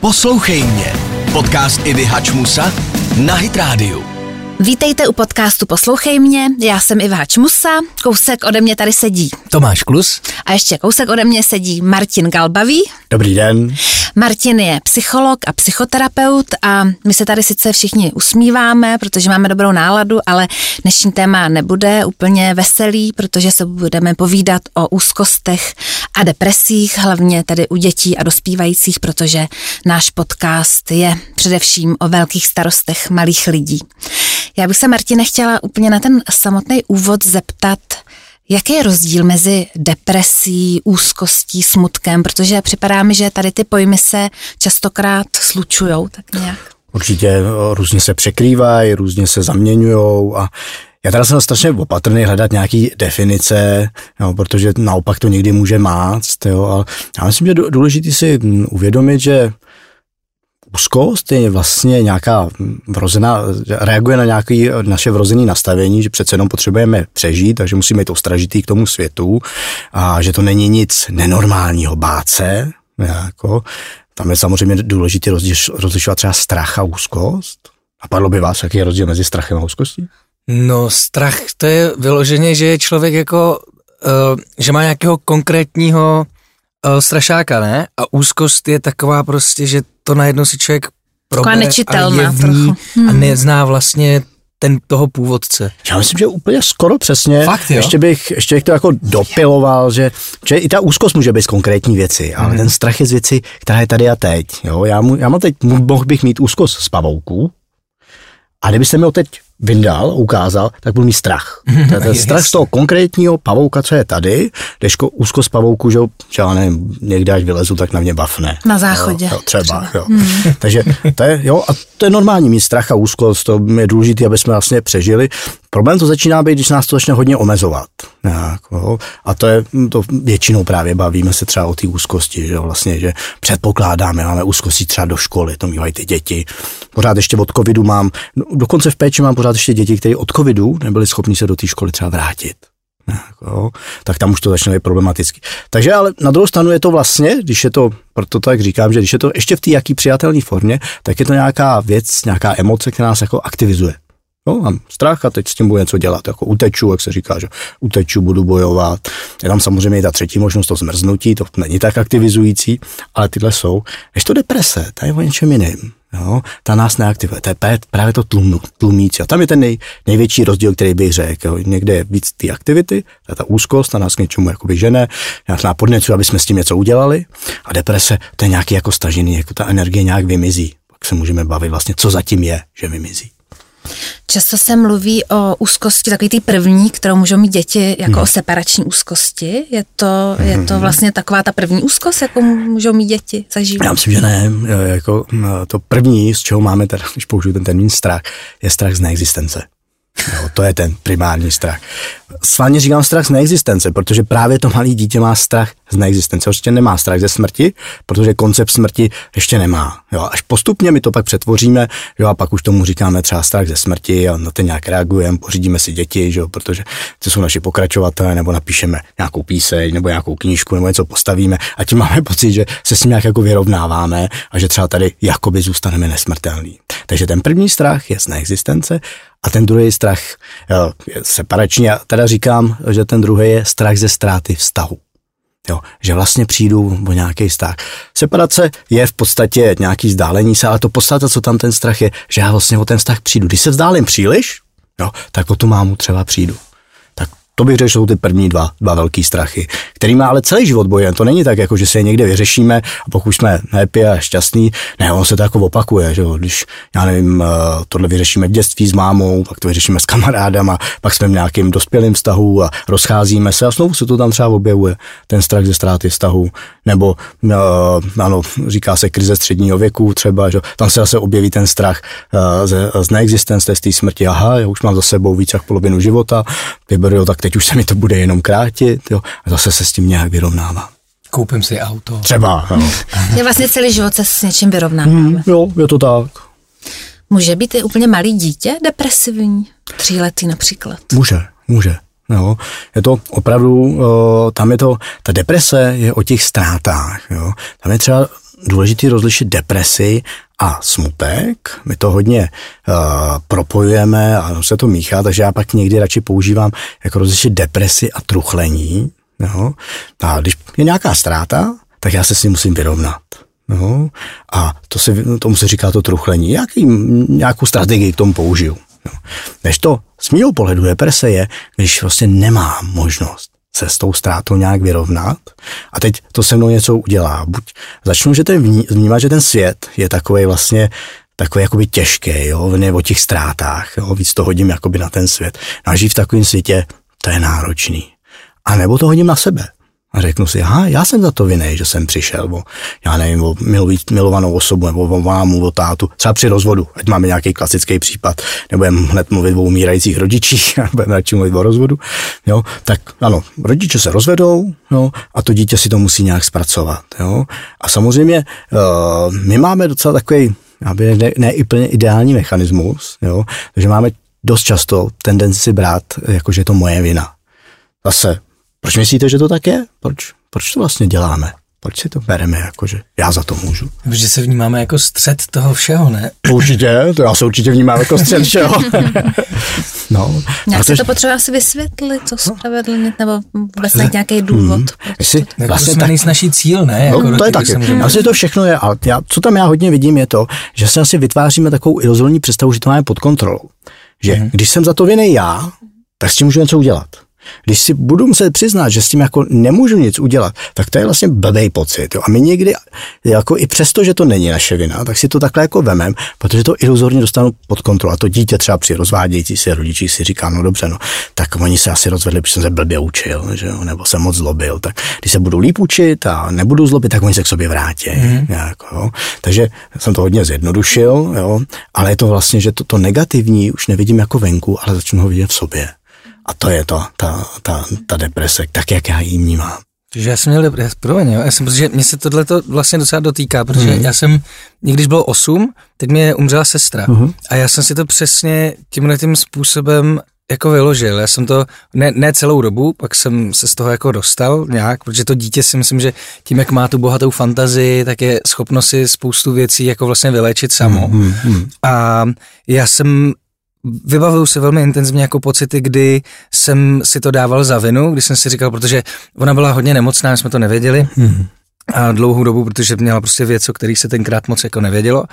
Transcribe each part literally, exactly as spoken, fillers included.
Poslouchej mě. Podcast Ivy Hačmusa na Hit Radio. Vítejte u podcastu Poslouchej mě, já jsem Iva Hačmusa, kousek ode mě tady sedí Tomáš Klus. A ještě kousek ode mě sedí Martin Galbavý. Dobrý den. Martin je psycholog a psychoterapeut a my se tady sice všichni usmíváme, protože máme dobrou náladu, ale dnešní téma nebude úplně veselý, protože se budeme povídat o úzkostech a depresích, hlavně tady u dětí a dospívajících, protože náš podcast je především o velkých starostech malých lidí. Já bych se, Martine, chtěla úplně na ten samotný úvod zeptat, jaký je rozdíl mezi depresí, úzkostí, smutkem, protože připadá mi, že tady ty pojmy se častokrát slučujou, tak nějak. Určitě různě se překrývají, různě se zaměňujou a já teda jsem strašně opatrný hledat nějaký definice, jo, protože naopak to někdy může máct, jo, ale já myslím, že je důležité si uvědomit, že úzkost je vlastně nějaká vrozená, reaguje na nějaké naše vrozené nastavení, že přece jenom potřebujeme přežít, takže musíme být ostražitý k tomu světu a že to není nic nenormálního, bát se, jako. Tam je samozřejmě důležité rozlišovat třeba strach a úzkost. A padlo by vás, jaký je rozdíl mezi strachem a úzkostí? No strach to je vyloženě, že je člověk jako, uh, že má nějakého konkrétního uh, strašáka, ne? A úzkost je taková prostě, že to najednou si člověk probere a je v ní hmm. a nezná vlastně ten toho původce. Já myslím, že úplně skoro přesně. Fakt, jo? Ještě bych, ještě bych to jako dopiloval, že, že i ta úzkost může být z konkrétní věci, ale hmm. ten strach je z věci, která je tady a teď. Jo? Já, mu, já mám teď, mohl bych mít úzkost z pavouku a kdybyste mi ho teď vyndal, ukázal, tak budu mít strach. To je ten strach z toho konkrétního pavouka, co je tady, kdežko úzkost pavouku, že, že já nevím, někde až vylezu, tak na mě bafne. Na záchodě. Jo, jo, třeba, třeba. Jo. Hmm. Takže to je, jo, a to je normální mít strach a úzkost, to je důležité, aby jsme vlastně přežili. Problém to začíná být, když nás to začne hodně omezovat. Jak, jo. A to je, to většinou právě bavíme se třeba o té úzkosti, že vlastně, že předpokládáme, máme úzkosti třeba do školy, to mývají ty děti. Pořád ještě od covidu mám, dokonce v péči mám pořád ještě děti, které od covidu nebyly schopni se do té školy třeba vrátit. Jako, tak tam už to začne být problematicky. Takže ale na druhou stranu je to vlastně, když je to, proto tak říkám, že když je to ještě v té jaký přijatelné formě, tak je to nějaká věc, nějaká emoce, která nás jako aktivizuje. No, mám strach a teď s tím budu něco dělat, jako uteču, jak se říká, že uteču, budu bojovat. Je tam samozřejmě i ta třetí možnost, to zmrznutí, to není tak aktivizující, ale tyhle jsou. Když to deprese, ta je o něčem jiným. Jo, ta nás neaktivuje, to je právě to tlum, tlumící. A tam je ten nej, největší rozdíl, který bych řekl. Jo. Někde je víc ty aktivity, to je ta úzkost, ta nás k něčemu jakoby žene, nás podněcuje, aby jsme s tím něco udělali. A deprese, to je nějaký jako stažený, jako ta energie nějak vymizí. Pak se můžeme bavit vlastně, co zatím je, že vymizí. Často se mluví o úzkosti, takový ty první, kterou můžou mít děti jako hmm. o separační úzkosti. Je to, je to vlastně taková ta první úzkost, jakou můžou mít děti zažívat? Já myslím, že ne. Jako to první, z čeho máme, teda, když použiju ten termín strach, je strach z neexistence. Jo, to je ten primární strach. Slavně říkám strach z neexistence, protože právě to malé dítě má strach z neexistence. Ještě nemá strach ze smrti, protože koncept smrti ještě nemá. Jo, až postupně my to pak přetvoříme, jo, a pak už tomu říkáme třeba strach ze smrti a na to nějak reagujeme, pořídíme si děti, jo, protože to jsou naši pokračovatelé, nebo napíšeme nějakou píseň, nebo nějakou knížku, nebo něco postavíme a tím máme pocit, že se s tím nějak jako vyrovnáváme a že třeba tady jakoby zůstaneme nesmrtelní. Takže ten první strach je z neexistence a ten druhý strach jo, je separační. Já teda říkám, že ten druhý je strach ze ztráty vztahu. Jo, že vlastně přijdu o nějaký vztah. Separace je v podstatě nějaký vzdálení se, ale to podstata, co tam ten strach je, že já vlastně o ten vztah přijdu. Když se vzdálím příliš, jo, tak o tu mámu třeba přijdu. Tak to bych řekl, že jsou ty první dva, dva velký strachy, který má ale celý život bojem. To není tak, jako že se je někde vyřešíme a pokud jsme happy a šťastný, ne, ono se to jako opakuje, že jo, když, já nevím, tohle vyřešíme v dětství s mámou, pak to vyřešíme s kamarádama, pak jsme v nějakým dospělým vztahu a rozcházíme se a znovu se to tam třeba objevuje, ten strach ze ztráty vztahu, nebo uh, ano, říká se krize středního věku třeba, že tam se zase objeví ten strach uh, ze, z neexistence, z té smrti, aha, já už mám za sebou víc jak polovinu života, vyberu, tak teď už se mi to bude jenom krátit, jo, a zase se s tím nějak vyrovnávám. Koupím si auto. Třeba, jo. Je vlastně celý život se s něčím vyrovnáváme. Hmm, jo, je to tak. Může být i úplně malý dítě depresivní? Tříletý například. Může, může. Jo. Je to opravdu, tam je to, ta deprese je o těch ztrátách. Jo. Tam je třeba důležité rozlišit depresi a smutek. My to hodně uh, propojujeme a se to míchá, takže já pak někdy radši používám jako rozlišit depresi a truchlení. Jo? A když je nějaká ztráta, tak já se s ním musím vyrovnat. Jo? A to se, tomu se říká to truchlení. Jaký, nějakou strategii k tomu použiju. Jo? Než to z mýho pohledu deprese je, když vlastně nemám možnost se s tou ztrátou nějak vyrovnat a teď to se mnou něco udělá. Buď začnu že ten vnímat, že ten svět je takový vlastně takový jakoby těžký, jo, ne o těch ztrátách, jo, víc to hodím jakoby na ten svět. No a žít v takovém světě, to je náročný. A nebo to hodím na sebe. A řeknu si, aha, já jsem za to vinnej, že jsem přišel, bo já nevím, o milový, milovanou osobu, nebo o mámu, o tátu, třeba při rozvodu, ať máme nějaký klasický případ, nebudeme hned mluvit o umírajících rodičích, budeme radši mluvit o rozvodu, jo, tak ano, rodiče se rozvedou, jo, a to dítě si to musí nějak zpracovat, jo, a samozřejmě uh, my máme docela takový, aby ne, ne úplně ideální mechanismus, jo, takže máme dost často tendenci si brát, jakože je to moje vina. Zase, proč myslíte, že to tak je? Proč, proč to vlastně děláme? Proč si to bereme, jakože já za to můžu? Protože se vnímáme jako střed toho všeho, ne? Určitě, to já se určitě vnímám jako střed všeho. No, jak se to potřeba asi vysvětlit, co spravedlnit, nebo vůbec najít nějaký důvod? Hmm. Jestli, vlastně tak nejsnažší cíl, ne? No, jako to je taky. Vlastně to všechno je, ale já, co tam já hodně vidím, je to, že si asi vytváříme takovou iluzorní představu, že to máme pod kontrolou. Že hmm. když jsem za to vinnej já, tak s tím můžu něco udělat. Když si budu muset přiznat, že s tím jako nemůžu nic udělat, tak to je vlastně blbej pocit. Jo. A my někdy, jako i přesto, že to není naše vina, tak si to takhle jako vemem, protože to iluzorně dostanu pod kontrolu. A to dítě třeba při rozvádějící se rodiči si říká, no dobře, no, tak oni se asi rozvedli, protože jsem se blbě učil, že jo, nebo jsem moc zlobil. Tak když se budu líp učit a nebudu zlobit, tak oni se k sobě vrátí. Mm. Jako, jo. Takže jsem to hodně zjednodušil, jo, ale je to vlastně, že to, to negativní už nevidím jako venku, ale začnu ho vidět v sobě. A to je to, ta, ta, ta deprese, tak jak já ji vnímám. Takže já jsem měl depresi, promiň, jo, já jsem, protože mě se tohle vlastně docela dotýká, protože mm. já jsem, když bylo osm, teď mě umřela sestra mm. a já jsem si to přesně tímhle tím způsobem jako vyložil. Já jsem to, ne, ne celou dobu, pak jsem se z toho jako dostal nějak, protože to dítě si myslím, že tím, jak má tu bohatou fantazii, tak je schopno si spoustu věcí jako vlastně vyléčit samo. Mm. Mm. A já jsem vybavuju se velmi intenzivně jako pocity, kdy jsem si to dával za vinu, když jsem si říkal, protože ona byla hodně nemocná, jsme to nevěděli hmm. a dlouhou dobu, protože měla prostě věc, o kterých se tenkrát moc jako nevědělo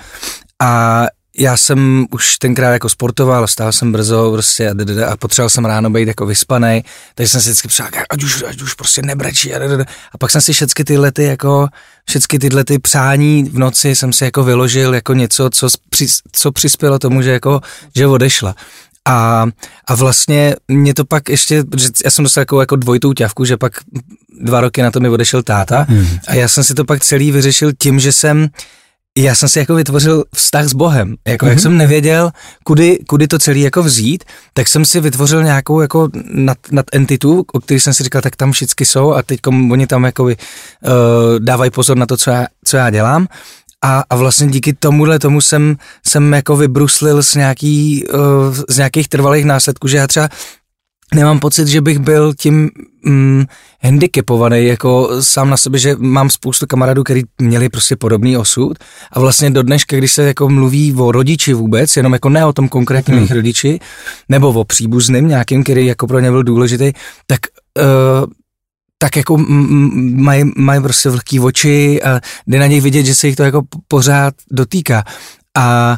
a já jsem už tenkrát jako sportoval, stál jsem brzo prostě a, a potřeboval jsem ráno být jako vyspanej, takže jsem si vždycky přál, ať už, ať už prostě nebrečí a, a pak jsem si všechny tyhle ty jako, všechny tyhle ty přání v noci jsem si jako vyložil jako něco, co, při, co přispělo tomu, že jako, že odešla. A, a vlastně mě to pak ještě, že já jsem dostal jako, jako dvojitou ťavku, že pak dva roky na to mi odešel táta hmm. a já jsem si to pak celý vyřešil tím, že jsem Já jsem si jako vytvořil vztah s Bohem, jako mm-hmm. jak jsem nevěděl, kudy, kudy to celý jako vzít, tak jsem si vytvořil nějakou jako nad, nad entitu, o který jsem si říkal, tak tam všichni jsou a teď oni tam jako uh, dávají pozor na to, co já, co já dělám. A, a vlastně díky tomuhle tomu jsem, jsem jako vybruslil z, nějaký, uh, z nějakých trvalých následků, že já třeba nemám pocit, že bych byl tím mm, handicapovaný jako sám na sebe, že mám spoustu kamarádů, kteří měli prostě podobný osud a vlastně do dneška, když se jako mluví o rodiči vůbec, jenom jako ne o tom konkrétním hmm. rodiči, nebo o příbuzným nějakým, který jako pro ně byl důležitý, tak uh, tak jako mají maj prostě vlhký oči a jde na něj vidět, že se jich to jako pořád dotýká. A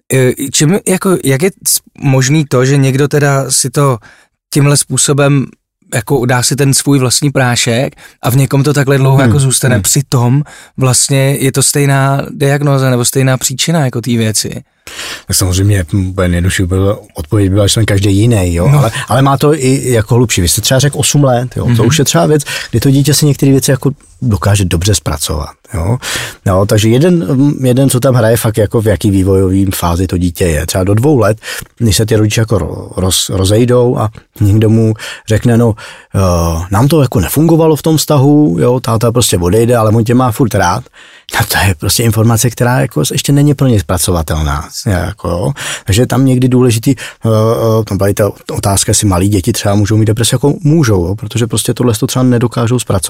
čím, jako, jak je možný to, že někdo teda si to tímhle způsobem jako dá si ten svůj vlastní prášek a v někom to takhle dlouho hmm. jako zůstane. Hmm. Přitom vlastně je to stejná diagnóza nebo stejná příčina jako té věci. Tak samozřejmě nejjednodušší odpověď byla, že jsem každý jiný, jo? No. Ale, ale má to i jako hlubší. Vy jste třeba řekl osm let, jo? Mm-hmm. To už je třeba věc, kdy to dítě si některé věci jako dokáže dobře zpracovat. Jo? No, takže jeden, jeden, co tam hraje fakt jako v jaký vývojový fázi to dítě je. Třeba do dvou let, když se ty rodiče jako roz, rozejdou a někdo mu řekne, no uh, nám to jako nefungovalo v tom vztahu, jo, táta prostě odejde, ale on tě má furt rád. No to je prostě informace, která jako ještě není pro ně zpracovatelná. Jako, jo. Takže tam někdy důležitý, uh, tam byla ta otázka, jestli malí děti třeba můžou mít depresi, jako můžou, jo, protože prostě tohle to třeba nedokážou zpracovat.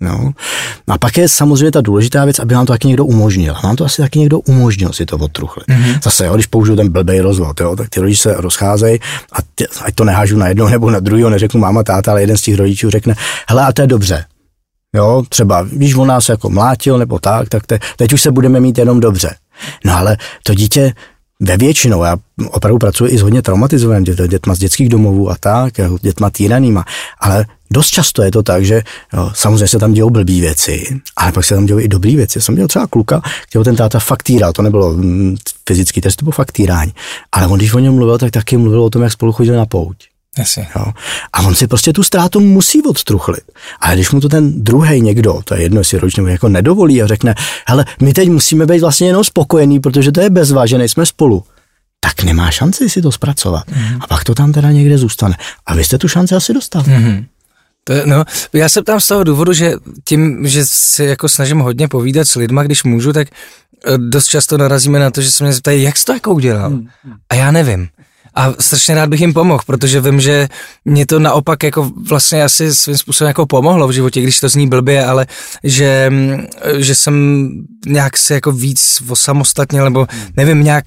No. A pak je samozřejmě ta důležitá věc, aby vám to taky někdo umožnil. Vám to asi taky někdo umožnil si to odtruchlit. Mm-hmm. Zase, jo, když použiju ten blbej rozvod, jo, tak ty rodiče se rozcházejí a ty, ať to nehážu na jednoho nebo na druhého, neřeknu máma, táta, ale jeden z těch rodičů řekne, hele, a to je dobře. Jo, třeba, víš, on nás jako mlátil nebo tak, tak te, teď už se budeme mít jenom dobře. No ale to dítě ve většinou, já opravdu pracuji i s hodně traumatizovaným dět, dětma z dětských domovů a tak, dětma týranýma, ale dost často je to tak, že jo, samozřejmě se tam dějou blbý věci, ale pak se tam dějou i dobrý věci. Já jsem měl třeba kluka, kterého ten táta fakt týral, to nebylo mm, fyzický trest, to bylo fakt týrání, ale on když o něm mluvil, tak taky mluvil o tom, jak spolu chodil na pouť. Jasně. Jo. A on si prostě tu ztrátu musí odstruchlit. Ale když mu to ten druhej někdo, to je jedno, jestli rodič nebo jako nedovolí a řekne, hele, my teď musíme být vlastně jenom spokojení, protože to je bezva, že nejsme spolu, tak nemá šanci si to zpracovat. Mm-hmm. A pak to tam teda někde zůstane. A vy jste tu šanci asi dostali. Mm-hmm. To je, no, já se ptám z toho důvodu, že tím, že se jako snažím hodně povídat s lidma, když můžu, tak dost často narazíme na to, že se mě zeptají, jak jsi to jako udělal? Mm-hmm. A já nevím. A strašně rád bych jim pomohl, protože vím, že mě to naopak jako vlastně asi svým způsobem jako pomohlo v životě, když to zní blbě, ale že, že jsem nějak se jako víc osamostatnil, nebo nevím, nějak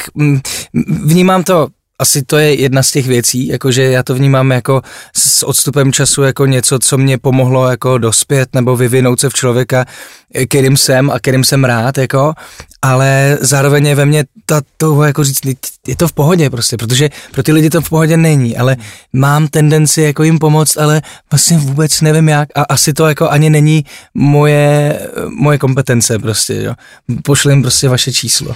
vnímám to, asi to je jedna z těch věcí, jakože já to vnímám jako s odstupem času jako něco, co mě pomohlo jako dospět nebo vyvinout se v člověka, kterým jsem a kterým jsem rád, jako, ale zároveň je ve mně ta touha jako říct, je to v pohodě prostě, protože pro ty lidi to v pohodě není, ale mám tendenci jako jim pomoct, ale vlastně vůbec nevím jak a asi to jako ani není moje, moje kompetence prostě, jo. Pošli jim prostě vaše číslo.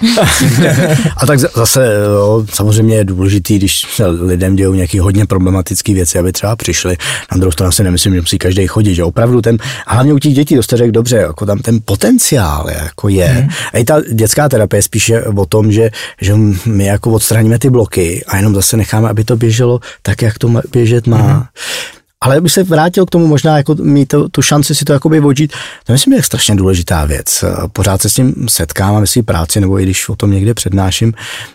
A tak zase jo, samozřejmě je důležitý, když se lidem dějou nějaký hodně problematické věci, aby třeba přišli. Na druhou stranu si nemyslím, že musí každý chodit, že opravdu ten, a hlavně u těch dětí, to jste řekl dobře, jako tam ten potenciál jako je. Hmm. A i ta dětská terapie spíše o tom, že, že my jako odstraníme ty bloky a jenom zase necháme, aby to běželo tak, jak to běžet má. Hmm. Ale bych se vrátil k tomu možná jako mít to, tu šanci si to jakoby odžít. To myslím, je strašně důležitá věc. Pořád se s tím setkávám ve své práci, nebo i když o tom někde přednáším,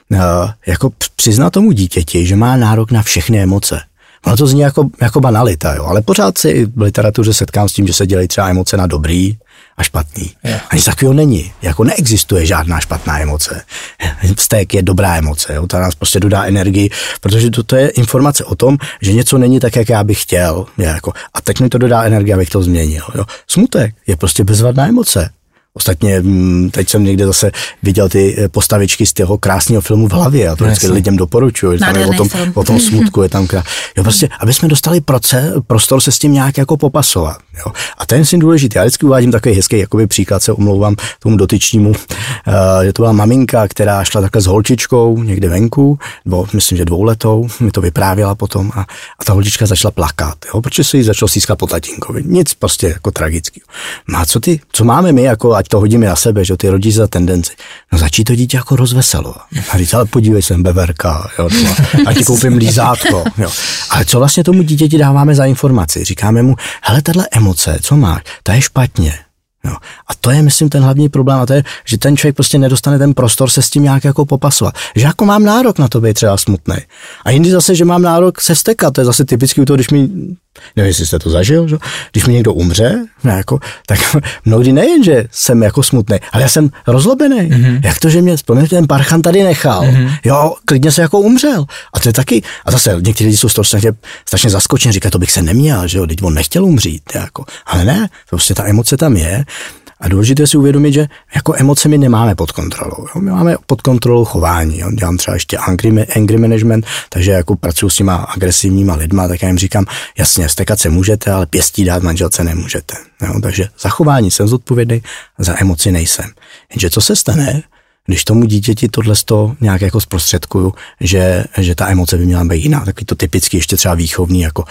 jako přiznat tomu dítěti, že má nárok na všechny emoce. Ono to zní jako, jako banalita, jo, ale pořád si v literatuře setkám s tím, že se dělají třeba emoce na dobrý a špatný. Yeah. A nic takového není. Jako neexistuje žádná špatná emoce. Vztek je dobrá emoce, jo, ta nás prostě dodá energii, protože to, to je informace o tom, že něco není tak, jak já bych chtěl. Jako, a teď mi to dodá energii, abych to změnil. Jo. Smutek je prostě bezvadná emoce. Ostatně teď jsem někde zase viděl ty postavičky z toho krásného filmu v hlavě a to vždycky lidem doporučuji, tam je o tom, o tom smutku, je tam krás. Jo, prostě, aby jsme dostali proce, prostor se s tím nějak jako popasovat. Jo. A to je myslím důležité. Já vždycky uvádím takový hezký jakoby příklad, se omlouvám tomu dotyčnímu, uh, že to byla maminka, která šla takhle s holčičkou někde venku, nebo myslím, že dvouletou, mi to vyprávěla potom a, a ta holčička začala plakat, jo, protože se jí začalo stýskat po tatínkovi. Nic prostě jako tragického. No a co ty, co máme my jako ať to hodíme na sebe, že ty rodiče za tendenci. No začí to dítě jako rozveselovat. A říct, ale podívej sem, beverka, jo, a ti koupím lízátko, jo. Ale co vlastně tomu dítěti dáváme za informaci? Říkáme mu, hele, tahle emoce, co máš, ta je špatně. Jo. A to je, myslím, ten hlavní problém, a to je, že ten člověk prostě nedostane ten prostor se s tím nějak jako popasovat. Že jako mám nárok na to být třeba smutnej. A jindy zase, že mám nárok se stekat, to je zase typický u toho, když mi, nevím, jestli jste to zažil, že? Když mi někdo umře, ne, jako, tak mnohdy nejen, že jsem jako smutnej, ale já jsem rozlobený. Mm-hmm. Jak to, že mě, vzpomněte, ten parchan tady nechal, mm-hmm. jo, klidně se jako umřel. A to je taky, a zase někteří lidi jsou strašně, strašně zaskočení, říkají, to bych se neměl, že jo, teď on nechtěl umřít, jako. Ale ne, to prostě ta emoce tam je. A důležité si uvědomit, že jako emoce my nemáme pod kontrolou. Jo? My máme pod kontrolou chování. Jo? Dělám třeba ještě angry, angry management, takže jako pracuji s těma agresivníma lidma, tak já jim říkám, jasně, stekat se můžete, ale pěstí dát manželce nemůžete. Jo? Takže za chování jsem zodpovědný, za emoci nejsem. Jenže co se stane, když tomu dítěti tohle to nějak jako zprostředkuju, že, že ta emoce by měla být jiná, takový to typicky ještě třeba výchovný, jako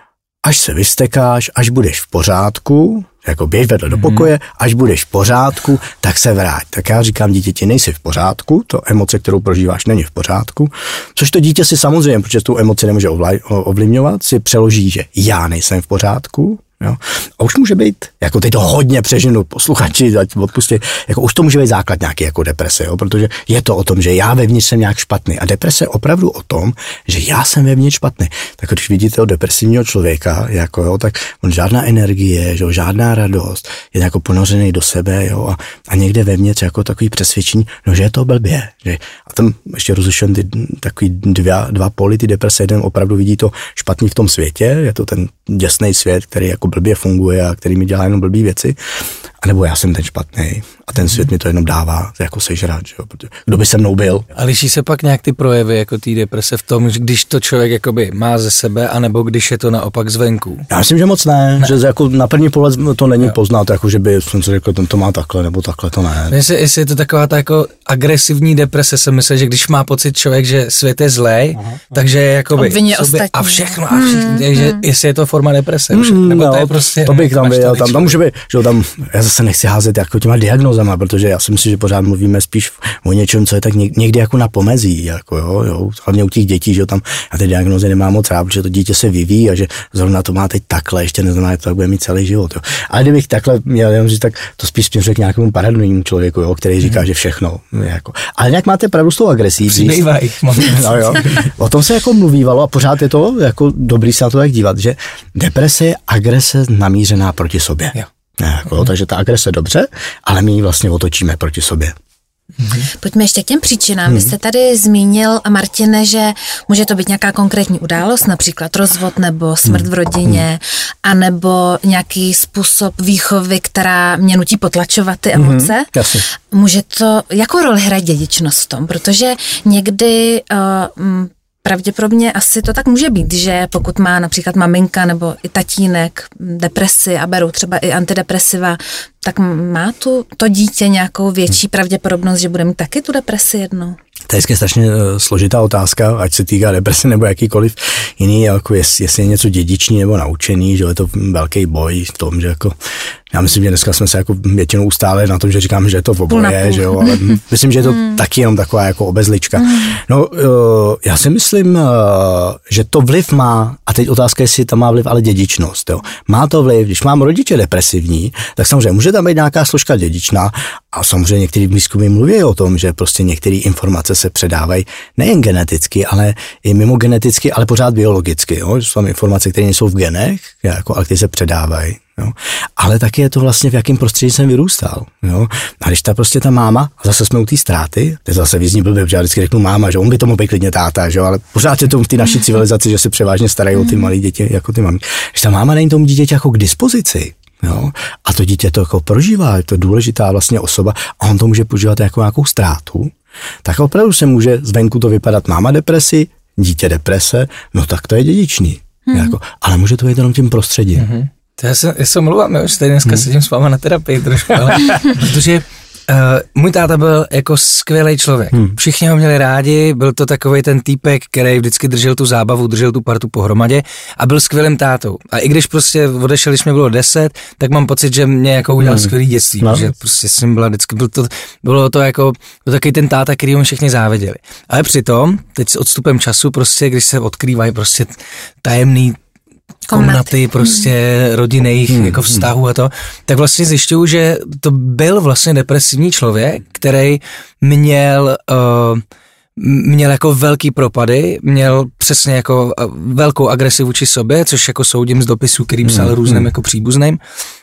až se vystekáš, až budeš v pořádku, jako běž vedle do pokoje, až budeš v pořádku, tak se vrať. Tak já říkám dítěti, nejsi v pořádku, to emoce, kterou prožíváš, není v pořádku, což to dítě si samozřejmě, protože tu emoci nemůže ovlivňovat, si přeloží, že já nejsem v pořádku, Jo? A už může být, jako teď to hodně přeženu, posluchači, ať odpustí, jako už to může být základ nějaký jako deprese, jo? Protože je to o tom, že já vevnitř jsem nějak špatný. A deprese je opravdu o tom, že já jsem vevnitř špatný. Tak když vidíte toho depresivního člověka, jako jo, tak on žádná energie, že jo, žádná radost, je jako ponořený do sebe, jo, a, a někde vevnitř jako takový přesvědčení, no, že je to blbě. Že, a tam ještě rozlišujem ty takový dva, dva póly, ty deprese, jeden opravdu vidí to špatný v tom světě, je to ten děsný svět, který jako blbě funguje a který mi dělá jenom blbý věci, anebo já jsem ten špatný a ten svět mi to jenom dává jako sežrat, že jo, protože kdo by se mnou byl. A liší se pak nějak ty projevy jako té deprese v tom, když to člověk jakoby má ze sebe, anebo když je to naopak zvenku? Já myslím, že moc ne, ne. Že jako na první pohled to není jo. Poznat, jako že by jsem si řekl, ten to má takhle, nebo takhle, to ne. Jestli, jestli je to taková ta jako agresivní deprese, jsem myslel, že když má pocit člověk, že svět je zlej, aha, takže je jakoby sobě a všechno a všichni, takže jestli je to forma deprese, už, mm, nebo no, to je prostě... To bych tam viděl, tam, tam může být, že tam, já zase nechci házet jako těma diagnózama, protože já si myslím, že pořád mluvíme spíš o něčem, co je tak někdy jako na pomezí, jako jo, jo, hlavně u těch dětí, že tam, já ty diagnózy nemám moc rád, protože to dítě se vyvíjí a že zrovna to má teď takhle, ještě neznamená, že to tak bude mít celý život, jo. Ale kdybych takhle měl říct, tak to spíš směřuje k nějakému paranoidnímu člověku, jo, který říká, mm. že všechno, jako. Ale nějak máte pravdu s tou agresí. Přibývají. No jo. O tom se jako mluvívalo a pořád je to jako dobrý se na to tak dívat, že deprese je agrese namířená proti sobě. Jo. Jako, mm. Takže ta agrese dobře, ale my ji vlastně otočíme proti sobě. Mm-hmm. Pojďme ještě k těm příčinám. Mm. Vy jste tady zmínil, Martine, že může to být nějaká konkrétní událost, například rozvod nebo smrt mm. v rodině, mm. anebo nějaký způsob výchovy, která mě nutí potlačovat ty emoce. Mm-hmm. Může to, jakou roli hraje dědičnost v tom? Protože někdy uh, pravděpodobně asi to tak může být, že pokud má například maminka nebo i tatínek depresi a berou třeba i antidepresiva, tak má tu to dítě nějakou větší pravděpodobnost, že bude mít taky tu depresi jednou? To je strašně složitá otázka, ať se týká deprese nebo jakýkoliv jiný, jako jestli je něco dědičný nebo naučený, že je to velký boj v tom, že jako já myslím, že dneska jsme se jako většinou ustáli na tom, že říkáme, že je to v oboje, že jo, ale myslím, že je to mm. taky jenom taková jako obezlička. Mm. No, já si myslím, že to vliv má, a teď otázka je, jestli tam má vliv, ale dědičnost, jo. Má to vliv, když mám rodiče depresivní, tak samozřejmě může tam být nějaká složka dědičná a samozřejmě některý výzkumy mluví o tom, že prostě některé informace se předávají nejen geneticky, ale i mimo geneticky, ale pořád biologicky, jo. Jsou tam informace, které nejsou v genech, jako, ale které se předávají. Jo. Ale taky je to vlastně, v jakém prostředí jsem vyrůstal. Jo. A když ta prostě ta máma, a zase jsme u té ztráty, to je zase význí blbě, protože já vždycky řeknu máma, že on by to mohl být klidně táta, že jo, ale pořád je to v té naší civilizaci, že se převážně starají o ty malé děti, jako ty mami. Když ta máma není tomu dítěti jako k dispozici, jo, a to dítě to jako prožívá, je to důležitá vlastně osoba a on to může požívat jako nějakou ztrátu, tak opravdu se může zvenku to vypadat máma depresi, dítě deprese, no tak to je dědičný. Hmm. Jako, ale může to být jenom tím prostředím. Hmm. To já se, já se omlouvám, jo, že tady dneska hmm. sedím s váma na terapii trošku, ale protože uh, můj táta byl jako skvělý člověk. Hmm. Všichni ho měli rádi, byl to takovej ten týpek, který vždycky držel tu zábavu, držel tu partu pohromadě a byl skvělým tátou. A i když prostě odešel, když mi bylo deset, tak mám pocit, že mě jako udělal hmm. skvělý dětství, no. Protože prostě jsem byla vždycky, byl to, bylo to jako byl takový ten táta, který mu všichni záviděli. Ale přitom, teď s odstupem času, prostě když se odkrývají prostě tajemný komnaty prostě rodinných hmm. jako vztahů a to, tak vlastně zjišťuju, že to byl vlastně depresivní člověk, který měl uh, měl jako velký propady, měl přesně jako velkou agresivu vůči sobě, což jako soudím z dopisů, kterým psal hmm. různým jako příbuzným.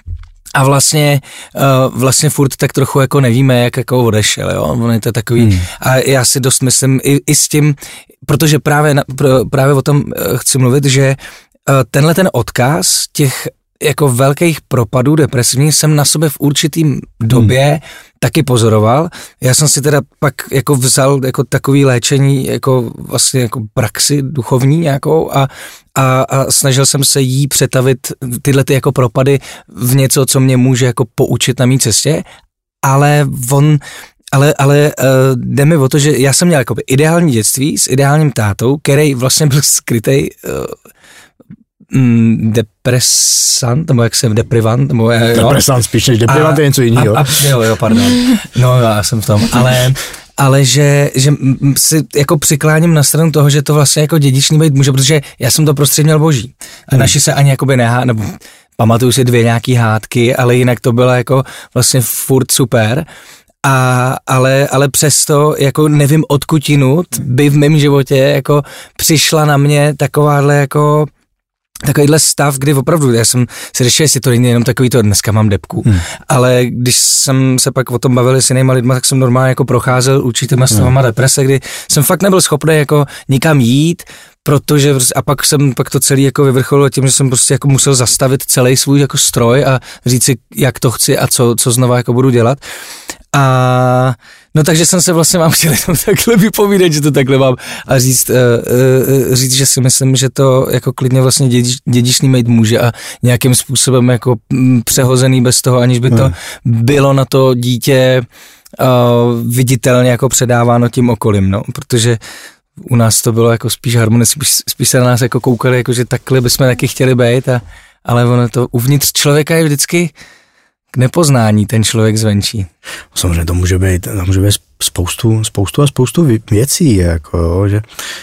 A vlastně, uh, vlastně furt tak trochu jako nevíme, jak jako odešel, jo, on je to takový, hmm. a já si dost myslím i, i s tím, protože právě, na, právě o tom chci mluvit, že tenhle ten odkaz těch jako velkých propadů depresivních jsem na sobě v určitým době hmm. taky pozoroval. Já jsem si teda pak jako vzal jako takový léčení, jako vlastně jako praxi duchovní nějakou a, a, a snažil jsem se jí přetavit tyhle ty jako propady v něco, co mě může jako poučit na mý cestě, ale on Ale, ale uh, jde mi o to, že já jsem měl jakoby ideální dětství s ideálním tátou, který vlastně byl skrytej uh, Mm, depresant, nebo jak jsem, deprivant, nebo jo. Depresant spíš než deprivant je něco jiného. Jo, jo, pardon. No, já jsem v tom, ale, ale že, že si jako přikláním na stranu toho, že to vlastně jako dědičný být může, protože já jsem to prostředí měl boží. A hmm. naši se ani jakoby nehá, nebo pamatuju si dvě nějaký hádky, ale jinak to bylo jako vlastně furt super. A, ale, ale přesto jako nevím odkud jinut by v mém životě jako přišla na mě takováhle jako takovýhle stav, kdy opravdu, já jsem si řešil, jestli to není jenom takový to, dneska mám depku, hmm. ale když jsem se pak o tom bavil s jinýma lidma, tak jsem normálně jako procházel určitýma stavama deprese, kdy jsem fakt nebyl schopný jako nikam jít, protože a pak jsem pak to celý jako vyvrcholilo tím, že jsem prostě jako musel zastavit celý svůj jako stroj a říct si, jak to chci a co, co znova jako budu dělat. A no takže jsem se vlastně mám chtěl jenom takhle vypovídat, že to takhle mám a říct, uh, uh, říct, že si myslím, že to jako klidně vlastně dědič, dědičný mít může a nějakým způsobem jako m, přehozený bez toho, aniž by to hmm. bylo na to dítě uh, viditelně jako předáváno tím okolím, no, protože u nás to bylo jako spíš harmonické, spíš, spíš se na nás jako koukali, jako že takhle bychom taky chtěli být, a, ale ono to uvnitř člověka je vždycky k nepoznání ten člověk zvenčí. Samozřejmě to může být, to může být spoustu, spoustu a spoustu věcí, jako jo, že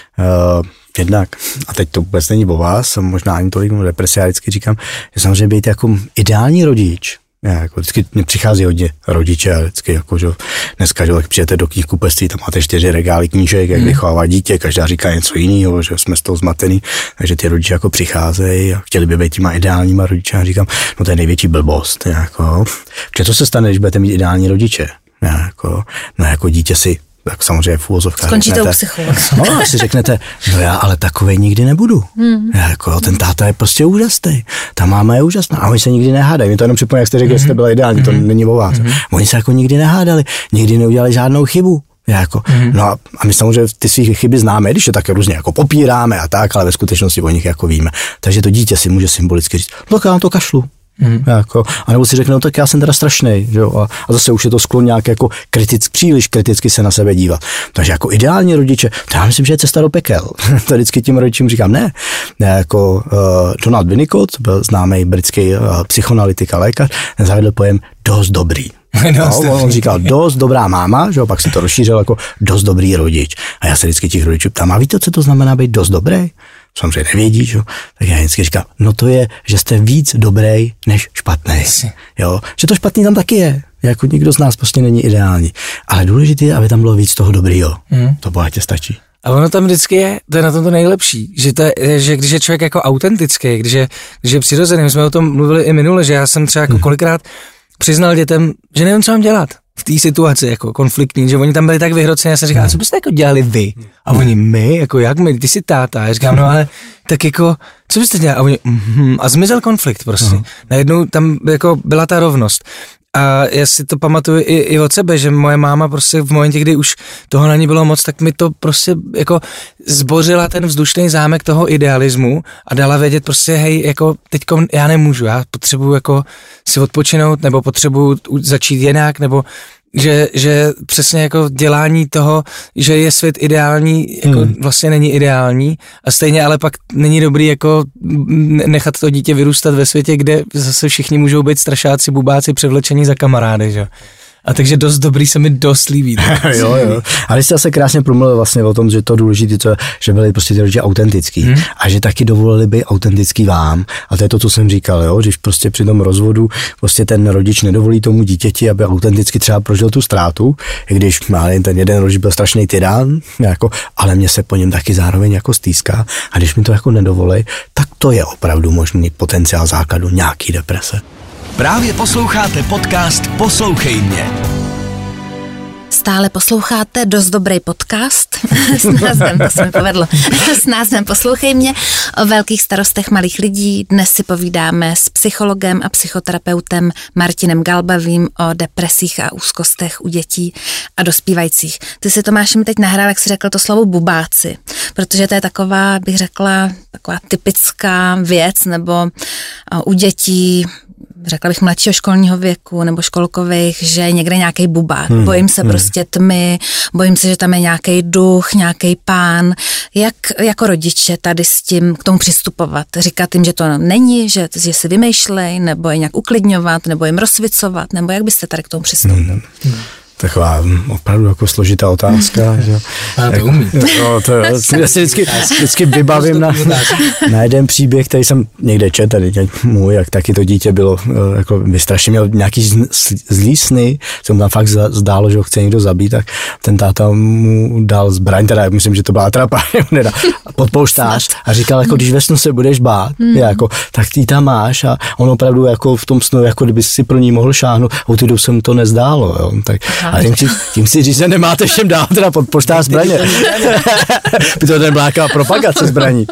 uh, jednak, a teď to vůbec není o vás, možná ani tolik depresi, já vždycky říkám, že samozřejmě být jako ideální rodič. Já, jako vždycky mě přichází hodně rodiče a vždycky jako, že dneska, že tak přijete do knihkupectví, tam máte čtyři regály knížek, jak vychovává dítě, každá říká něco jiného, že jsme z toho zmatený, takže ty rodiče jako přicházejí a chtěli by být těma ideálníma rodiče a říkám, no to je největší blbost, jako, protože co se stane, když budete mít ideální rodiče, jako, no jako dítě si tak samozřejmě v úvozovkách skončíte u psychologa. No, si řeknete, no já ale takovej nikdy nebudu. Hmm. Jako, ten táta je prostě úžasný, ta máma je úžasná a oni se nikdy nehádají. Mě to jenom připomíná, jak jste řekli, že jste byla ideální, to není o vás. Hmm. Oni se jako nikdy nehádali, nikdy neudělali žádnou chybu. Jako, hmm. No a, a my samozřejmě ty svých chyby známe, když je tak různě jako popíráme a tak, ale ve skutečnosti o nich jako víme. Takže to dítě si může symbolicky říct, no já na to kašlu. Hmm. Jako, a nebo si řekne, no tak já jsem teda strašnej, že jo, a, a zase už je to sklon nějak jako kritick, příliš kriticky se na sebe dívat. Takže jako ideální rodiče, to já myslím, že je cesta do pekel. To vždycky tím rodičům říkám, ne. ne jako uh, Donald Winnicott, byl známý britský uh, psychoanalytik a lékař, zavedl pojem dost dobrý. No, on říkal, dost dobrá máma, že jo, pak si to rozšířil jako dost dobrý rodič. A já se vždycky těch rodičů ptám, a víte, co to znamená být dost dobrý? Samozřejmě nevědí, že? Tak já vždycky říkám, no to je, že jste víc dobrý než špatný. Jo? Že to špatný tam taky je. Jako nikdo z nás prostě není ideální. Ale důležité je, aby tam bylo víc toho dobrýho. Hmm. To bohatě stačí. A ono tam vždycky je, to je na tom to nejlepší, že, to je, že když je člověk jako autentický, když je, když je přirozený, my jsme o tom mluvili i minule, že já jsem třeba jako kolikrát přiznal dětem, že nevím, co mám dělat v té situaci jako konfliktní, že oni tam byli tak vyhroceni, já jsem říkal, a co byste jako dělali vy? A oni, my, jako jak my, ty jsi táta. Já říkám, no ale tak jako, co byste dělali? A oni, mm, a zmizel konflikt prostě. Uh-huh. Najednou tam jako byla ta rovnost. A já si to pamatuju i, i od sebe, že moje máma prostě v momentě, kdy už toho na ní bylo moc, tak mi to prostě jako zbořila ten vzdušný zámek toho idealismu a dala vědět prostě, hej, jako teďko já nemůžu, já potřebuju jako si odpočinout, nebo potřebuju začít jinak, nebo že, že přesně jako dělání toho, že je svět ideální, jako hmm. vlastně není ideální a stejně ale pak není dobrý jako nechat to dítě vyrůstat ve světě, kde zase všichni můžou být strašáci, bubáci, převlečení za kamarády, že? A takže dost dobrý se mi dost líbí. jo, jo. Ale jste se krásně promluvil vlastně o tom, že to důležité, to, že byli prostě ty rodiče autentický hmm. a že taky dovolili být autentický vám. A to je to, co jsem říkal, jo, když prostě při tom rozvodu prostě ten rodič nedovolí tomu dítěti, aby autenticky třeba prožil tu ztrátu, i když má ten jeden rodič byl strašný tyrán, jako, ale mě se po něm taky zároveň jako stýská. A když mi to jako nedovolí, tak to je opravdu možný potenciál základu nějaký deprese. Právě posloucháte podcast Poslouchej mě. Stále posloucháte dost dobrý podcast s názvem, to se mi povedlo, s názvem Poslouchej mě o velkých starostech malých lidí. Dnes si povídáme s psychologem a psychoterapeutem Martinem Galbavým o depresích a úzkostech u dětí a dospívajících. Ty si, Tomáši, mi teď nahrál, jak jsi řekl to slovo bubáci, protože to je taková, bych řekla, taková typická věc, nebo u dětí, řekla bych mladšího školního věku nebo školkových, že je někde nějaký bubák. Hmm. Bojím se hmm. prostě tmy, bojím se, že tam je nějaký duch, nějaký pán. Jak jako rodiče tady s tím k tomu přistupovat? Říkat jim, že to není, že, že si vymýšlej, nebo je nějak uklidňovat, nebo jim rozsvicovat, nebo jak byste tady k tomu přistoupili? Hmm. Taková opravdu jako složitá otázka. Že? A to umí. No, to, já si vždycky, vždycky vybavím na, na jeden příběh, který jsem někde četl, tady můj, jak taky to dítě bylo jako vystrašené, měl nějaký zlý sny, se mu tam fakt zdálo, že ho chce někdo zabít, tak ten táta mu dal zbraň, teda myslím, že to byla atrapa, pod polštář a říkal, jako když ve snu se budeš bát, mm. jako, tak ty tam máš a on opravdu jako v tom snu, jako kdyby si pro ní mohl šáhnout, a u té doby se mu to nezdálo, jo, tak a tím si, tím si říct, že nemáte všem dát teda pod poštář zbraně. By to nebyla nějaká propagace zbraní.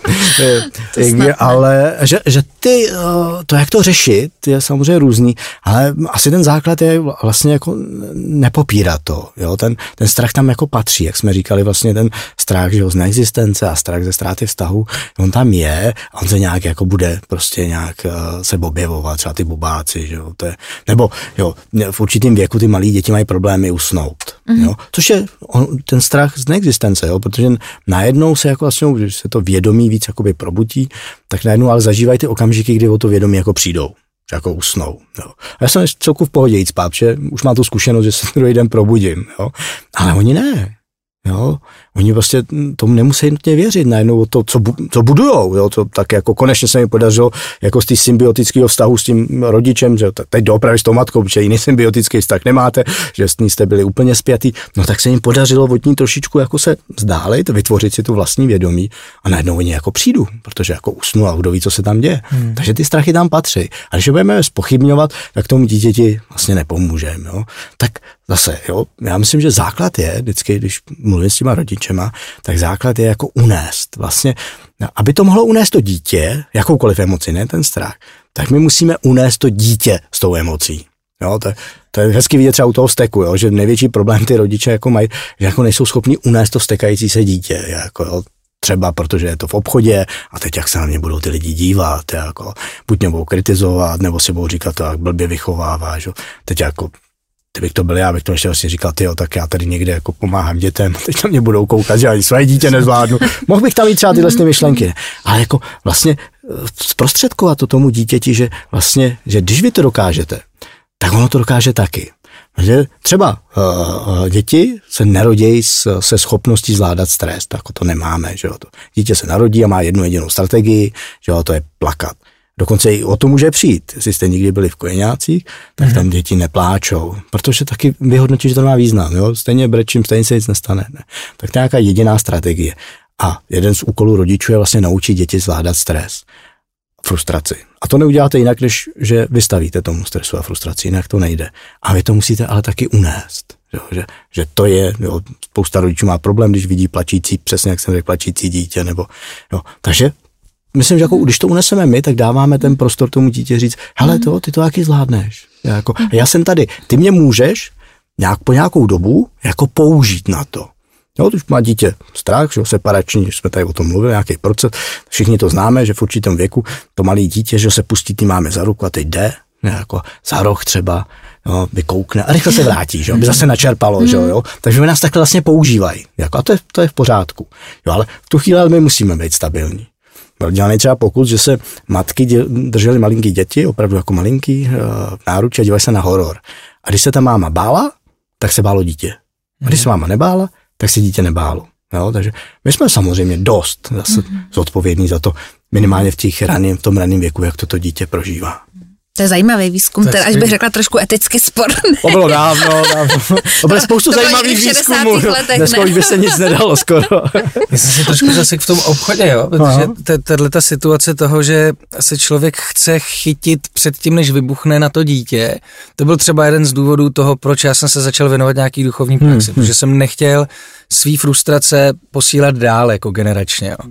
Ale že, že ty, to jak to řešit, je samozřejmě různý, ale asi ten základ je vlastně jako nepopírat to. Jo? Ten, ten strach tam jako patří, jak jsme říkali, vlastně ten strach, že jo, z neexistence a strach ze ztráty vztahu, on tam je, on se nějak jako bude prostě nějak se objevovat, třeba ty bubáci, že jo, to je, nebo jo, v určitém věku ty malí děti mají problémy usnout, mm-hmm. jo, což je on, ten strach z neexistence, jo, protože najednou se jako vlastně, když se to vědomí víc jakoby probudí, tak najednou ale zažívají ty okamžiky, kdy o to vědomí jako přijdou, že jako usnou, jo. A já jsem celku v pohodě jít spát, že už má tu zkušenost, že se druhý den probudím, jo, ale oni ne. Jo, oni prostě tomu nemusí nutně věřit najednou to, co, bu, co budujou, jo, to tak jako konečně se mi podařilo jako z té symbiotického vztahu s tím rodičem, že teď doopravdy s tou matkou, protože jiný symbiotický vztah nemáte, že s ní jste byli úplně spjatý, no tak se jim podařilo od ní trošičku jako se vzdálit, vytvořit si tu vlastní vědomí a najednou oni jako přijdu, protože jako usnu a kdo ví, co se tam děje. Hmm. Takže ty strachy tam patří. A když je budeme zpochybňovat, tak tomu dítěti vlastně nepomůžeme, jo. Tak zase, jo, já myslím, že základ je, vždycky, když mluvím s těma rodičema, tak základ je jako unést. Vlastně, aby to mohlo unést to dítě, jakoukoliv emoci, ne ten strach, tak my musíme unést to dítě s tou emocí. Jo, to, to je hezky vidět třeba u toho steku, jo, že největší problém ty rodiče jako mají, že jako nejsou schopni unést to stekající se dítě. Jako, jo, třeba protože je to v obchodě a teď jak se na mě budou ty lidi dívat, jako, buď mě budou kritizovat, nebo si budou říkat, jak blbě vychováváš. Jo. Teď jako kdybych to byl já, bych to ještě vlastně říkal, tyjo, tak já tady někde jako pomáhám dětem, teď na mě budou koukat, že ani své dítě nezvládnu. Mohl bych tam mít třeba tyhle myšlenky, ne? Ale jako vlastně zprostředkovat to tomu dítěti, že vlastně, že když vy to dokážete, tak ono to dokáže taky. Že třeba uh, děti se narodí s, se schopností zvládat stres, tak to nemáme, že jo. To dítě se narodí a má jednu jedinou strategii, že jo, to je plakat. Dokonce i o to může přijít. Jestli jste nikdy byli v kojeňácích, tak tam děti nepláčou, protože taky vyhodnotí, že to má význam. Jo? Stejně brečím, stejně se nic nestane. Ne? Tak to je nějaká jediná strategie. A jeden z úkolů rodičů je vlastně naučit děti zvládat stres, frustraci. A to neuděláte jinak, než že vystavíte tomu stresu a frustraci, jinak to nejde. A vy to musíte ale taky unést. Jo? Že, že to je, jo, spousta rodičů má problém, když vidí plačící, přesně jak jsem řekl, plačící dítě. Nebo, jo. Takže myslím, že jako, když to uneseme my, tak dáváme ten prostor tomu dítě říct, hele, to, ty to taky zvládneš. Já, jako, já jsem tady, ty mě můžeš nějak, po nějakou dobu jako použít na to. Jo, když má dítě strach, že separační, jsme tady o tom mluvili, nějaký proces, všichni to známe, že v určitém věku to malé dítě, že se pustí, ty máme za ruku a teď jde, jako za roh třeba, jo, vykoukne a rychle se vrátí, že aby zase načerpalo, mm. že jo, takže my nás takhle vlastně používají, jako, a to je, to je v pořádku, jo, ale v tu chvíli my musíme být stabilní. Byl dělaný třeba pokus, že se matky držely malinký děti, opravdu jako malinký, v náruči a dívají se na horor. A když se ta máma bála, tak se bálo dítě. A když se máma nebála, tak se dítě nebálo. Jo, takže my jsme samozřejmě dost zase zodpovědní za to, minimálně v, těch raným, v tom raném věku, jak toto dítě prožívá. To je zajímavý výzkum, teda až bych řekla trošku eticky sporný. To bylo dávno, dávno. To bylo spoustu to zajímavých výzkumů. Dneska už by se nic nedalo skoro. Já jsem si trošku zasek v tom obchodě, jo, protože tato situace toho, že se člověk chce chytit před tím, než vybuchne na to dítě, to byl třeba jeden z důvodů toho, proč já jsem se začal věnovat nějaký duchovní praxi, hmm, protože hmm. jsem nechtěl svý frustrace posílat dál jako generačně, jo.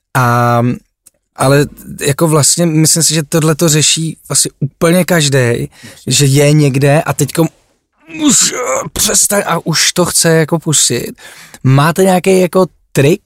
A ale jako vlastně myslím si, že tohle to řeší vlastně úplně každý, že je někde a teďko už přestaň a už to chce jako pustit. Máte nějaký jako trik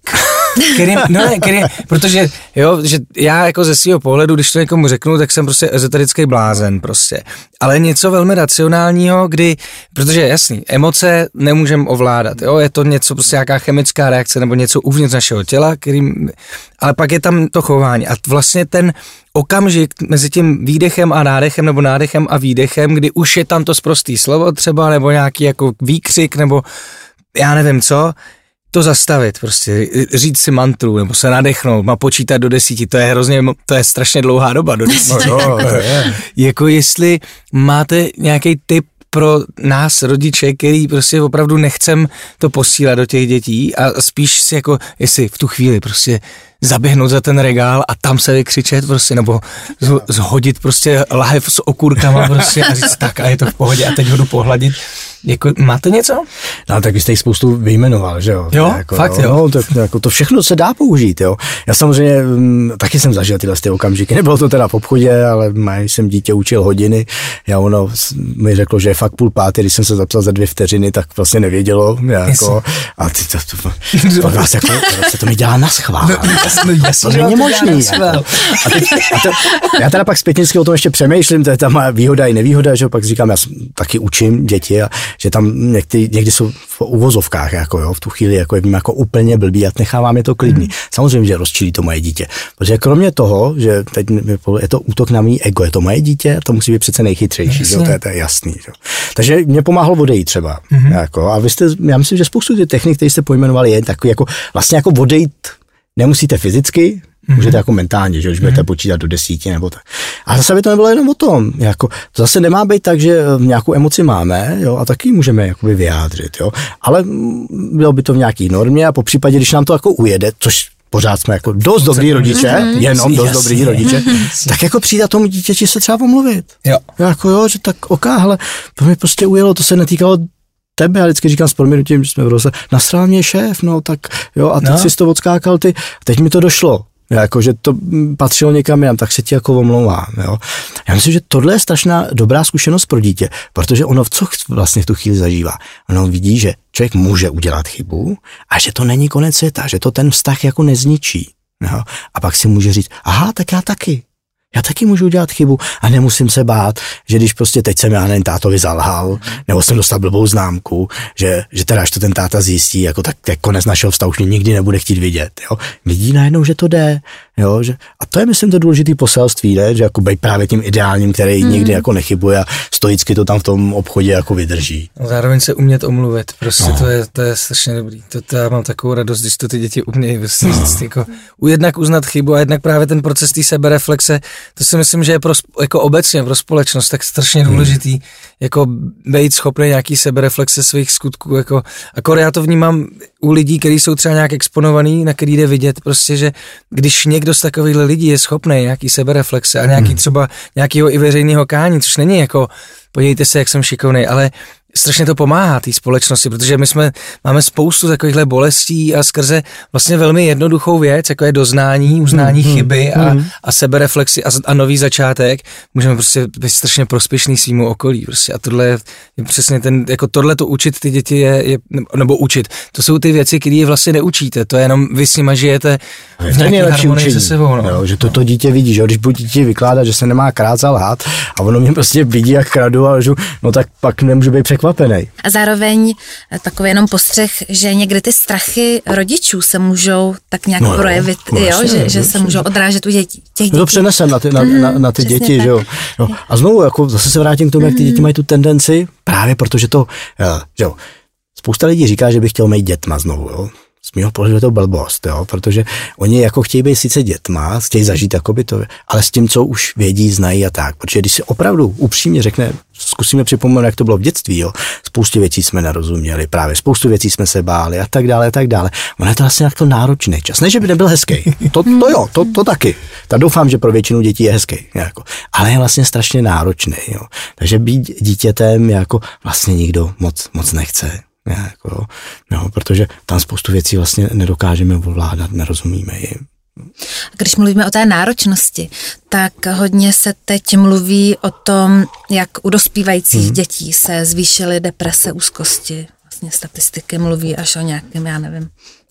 Který, no ne, který, protože jo, že já jako ze svého pohledu, když to někomu řeknu, tak jsem prostě ezoterický blázen prostě. Ale něco velmi racionálního, kdy, protože jasný, emoce nemůžeme ovládat, jo, je to něco prostě nějaká chemická reakce nebo něco uvnitř našeho těla, kterým, ale pak je tam to chování a vlastně ten okamžik mezi tím výdechem a nádechem nebo nádechem a výdechem, kdy už je tam to sprostý slovo třeba nebo nějaký jako výkřik nebo já nevím co, to zastavit prostě, říct si mantru nebo se nadechnout, má počítat do desíti, to je hrozně, to je strašně dlouhá doba do desíti. No, no, je. Jako jestli máte nějaký tip pro nás rodiče, který prostě opravdu nechcem to posílat do těch dětí a spíš si jako, jestli v tu chvíli prostě zaběhnout za ten regál a tam se vykřičet prostě, nebo zhodit prostě lahev s okurkama prostě a říct tak a je to v pohodě a teď ho jdu pohladit. Jako, máte něco? No, tak vy jste jich spoustu vyjmenoval, že jo? Jo, jako, fakt jo. No, tak, jako to všechno se dá použít, jo. Já samozřejmě m, taky jsem zažil tyhle ty okamžiky. Nebylo to teda v obchodě, ale když jsem dítě učil hodiny, já ono mi řeklo, že je fakt půl páté, když jsem se zapsal za dvě vteřiny, tak vlastně nevědělo. Jako, a ty to, to, to, to, vás jako, se to mi dělá na schvál. No, jasný, jasný, to není možný. Jako. A, teď, a to, já teda pak zpětně o tom ještě přemýšlím, to je tam výhoda i nevýhoda, že jo, pak říkám, já taky učím děti a že tam někdy, někdy jsou v uvozovkách, jako jo, v tu chvíli jako je vím jako úplně blbý a nechávám je to klidný. Hmm. Samozřejmě, že rozčilí to moje dítě. Protože kromě toho, že teď je to útok na mý ego, je to moje dítě, to musí být přece nejchytřejší, jo, to, je, to je jasný. Jo. Takže mě pomáhlo odejít třeba. Hmm. Jako, a vy jste, já myslím, že spoustu těch technik, které jste pojmenovali, je takový jako vlastně jako odejít nemusíte fyzicky, mm-hmm. můžete jako mentálně, že když mm-hmm. budete počítat do desíti nebo tak. A zase by to nebylo jenom o tom, jako, to zase nemá být tak, že nějakou emoci máme, jo, a taky můžeme jakoby vyjádřit, jo, ale bylo by to v nějaký normě a po případě, když nám to jako ujede, což pořád jsme jako dost dobrý rodiče, mm-hmm. jenom dost Jasně. dobrý rodiče, tak jako přijde tomu dítěti se třeba omluvit. Jo. Jako jo, že tak oká, hele, to mi prostě ujelo, to se netýkalo tebe, já vždycky říkám s prominutím, že jsme v roce, nasral mě šéf, no tak jo, a teď no. jsi to odskákal ty, teď mi to došlo, jako, že to patřilo někam jinam, tak se ti jako omlouvám, jo. Já myslím, že tohle je strašná dobrá zkušenost pro dítě, protože ono co vlastně v tu chvíli zažívá, ono vidí, že člověk může udělat chybu a že to není konec světa, že to ten vztah jako nezničí, jo. A pak si může říct, aha, tak já taky. Já taky můžu udělat chybu a nemusím se bát, že když prostě teď jsem já nevím, tátovi zalhal, nebo jsem dostal blbou známku, že, že teda až to ten táta zjistí, jako tak, tak konec našeho vztahu už mě nikdy nebude chtít vidět. Jo? Vidí najednou, že to jde. Jo? Že, a to je, myslím, to důležité poselství, ne? Že jako být právě tím ideálním, který mm. nikdy jako nechybuje a stoicky to tam v tom obchodě jako vydrží. Zároveň se umět omluvit, prostě no. to, je, to je strašně dobrý. To, to já mám takovou radost, když to ty děti umějí prostě no. říct, jako, jednak uznat chybu a jednak právě ten proces té sebereflexe. To si myslím, že je pro, jako obecně pro společnost tak strašně důležitý, hmm. jako být schopný nějaký sebereflexe svých skutků, jako, akor já to vnímám u lidí, kteří jsou třeba nějak exponovaný, na který jde vidět prostě, že když někdo z takových lidí je schopný nějaký sebereflexe a nějaký hmm. třeba nějakého i veřejného kání, což není jako, podívejte se, jak jsem šikovnej, ale strašně to pomáhá té společnosti, protože my jsme, máme spoustu takovýchhle bolestí a skrze vlastně velmi jednoduchou věc, jako je doznání, uznání mm, chyby a, mm. a sebereflexi a, a nový začátek, můžeme prostě být strašně prospěšný svýmu okolí. Prostě. A tohle je přesně ten, jako tohle to učit ty děti je, je, nebo učit. To jsou ty věci, které je vlastně neučíte, to je jenom vy s nima žijete v nějaké harmonii se sebou. No. Jo, že to, to dítě vidí, že když budu dítě vykládat, že se nemá krát zalhát a ono mě prostě vidí, jak kradu a žu, no tak pak nemůžu být překvapený. A zároveň takový jenom postřeh, že někdy ty strachy rodičů se můžou tak nějak no, projevit, no, jo, že, že se můžou odrážet u dětí. Těch dětí. No to přenesem na ty, na, mm, na, na ty děti, tak. Že jo. No. A znovu, jako zase se vrátím k tomu, jak ty děti mají tu tendenci, právě protože to, že jo, spousta lidí říká, že by chtěl mít dětma znovu, jo. Z mého pohledu je to blbost, jo, protože oni jako chtějí být sice dětma, chtějí zažít jakoby to, ale s tím, co už vědí, znají a tak, protože když si opravdu upřímně řekne, zkusíme připomenout, jak to bylo v dětství, jo, spoustu věcí jsme nerozuměli, právě spoustu věcí jsme se báli a tak dále, a tak dále. Ono je to vlastně jako náročný čas, ne, že by nebyl hezký, to, to jo, to, to taky, tak doufám, že pro většinu dětí je hezký, jako, ale je vlastně strašně náročný, jo, takže být dítětem jako vlastně nikdo moc, moc nechce. Jako, no, protože tam spoustu věcí vlastně nedokážeme ovládat, nerozumíme jim. Když mluvíme o té náročnosti, tak hodně se teď mluví o tom, jak u dospívajících hmm. dětí se zvýšily deprese, úzkosti. Vlastně statistiky mluví až o nějakém, já nevím,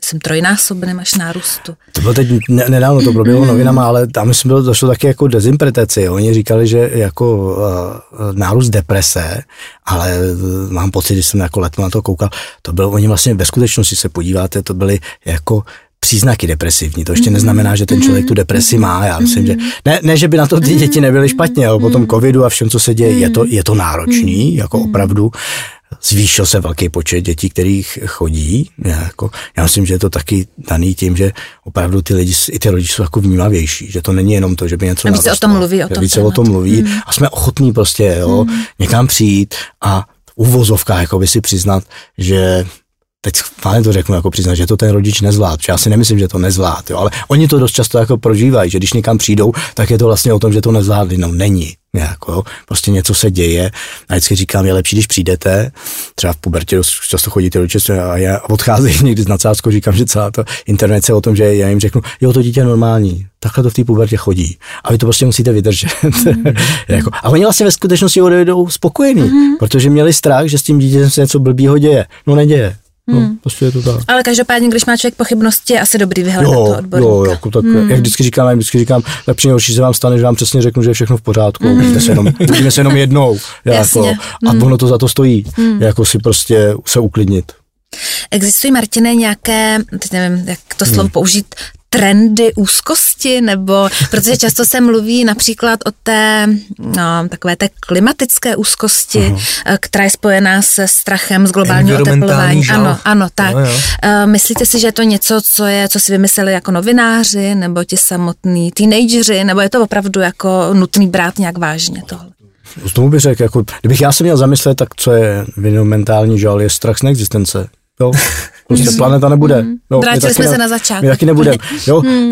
myslím, trojnásobným až nárůstu. To bylo teď ne, nedávno, to proběhlo mm. novinama, ale tam myslím, bylo, došlo taky jako dezinterpretaci. Oni říkali, že jako uh, nárůst deprese, ale uh, mám pocit, že jsem jako letmo na to koukal, to bylo, oni vlastně ve skutečnosti se podíváte, to byly jako příznaky depresivní. To ještě neznamená, že ten člověk tu depresi má. Já myslím, že ne, ne že by na to ty děti nebyly špatně, ale po tom covidu a všem, co se děje, je to, je to náročný, jako opravdu. Zvýšil se velký počet dětí, kterých chodí. Já, jako, já myslím, že je to taky daný tím, že opravdu ty lidi, i ty rodiče jsou jako vnímavější, že to není jenom to, že by něco narostlo. Více o tom mluví, o tom Více o tom mluví mm. a jsme ochotní prostě jo, mm. někam přijít a v uvozovkách jako by si přiznat, že teď fajn to řeknu, jako přiznat, že to ten rodič nezvlád, já si nemyslím, že to nezvlád, jo, ale oni to dost často jako prožívají, že když někam přijdou, tak je to vlastně o tom, že to nezvládli, no není, jako, jo, prostě něco se děje a vždycky říkám, je lepší, když přijdete, třeba v pubertě dost často chodí ty rodiče a já odcházejí někdy s nadsázkou, říkám, že celá to internet je o tom, že já jim řeknu, jo, to dítě je normální, takhle to v té pubertě chodí a vy to prostě musíte vydržet. Mm. jako, a oni vlastně ve skutečnosti odejdou spokojení, mm. protože měli strach, že s tím dítětem se něco blbýho děje, no neděje. No, hmm. prostě je to tak. Ale každopádně, když má člověk pochybnosti, je asi dobrý vyhledat to odborníka. Jo, jo, tak, hmm. jak vždycky říkám, jak vždycky říkám, lepší nejhorší se vám stane, že vám přesně řeknu, že je všechno v pořádku, hmm. vidíme se jenom, vidíme se jenom jednou. Jako, a hmm. ono to za to stojí, hmm. jako si prostě se uklidnit. Existují, Martine, nějaké, teď nevím, jak to slovo hmm. použít, trendy úzkosti, nebo, protože často se mluví například o té, no, takové té klimatické úzkosti, uh-huh. která je spojená se strachem z globálního oteplování. Ano, ano, tak. No, myslíte si, že je to něco, co je, co si vymysleli jako novináři, nebo ti samotní teenageři, nebo je to opravdu jako nutný brát nějak vážně tohle? Z tomu bych řekl, jako, kdybych já se měl zamyslet, tak co je environmentální žal, je strach z neexistence. Jo, prostě planeta nebude. Jo, Vrátili jsme ne, se na začátek. My taky nebudeme. Jo, hmm.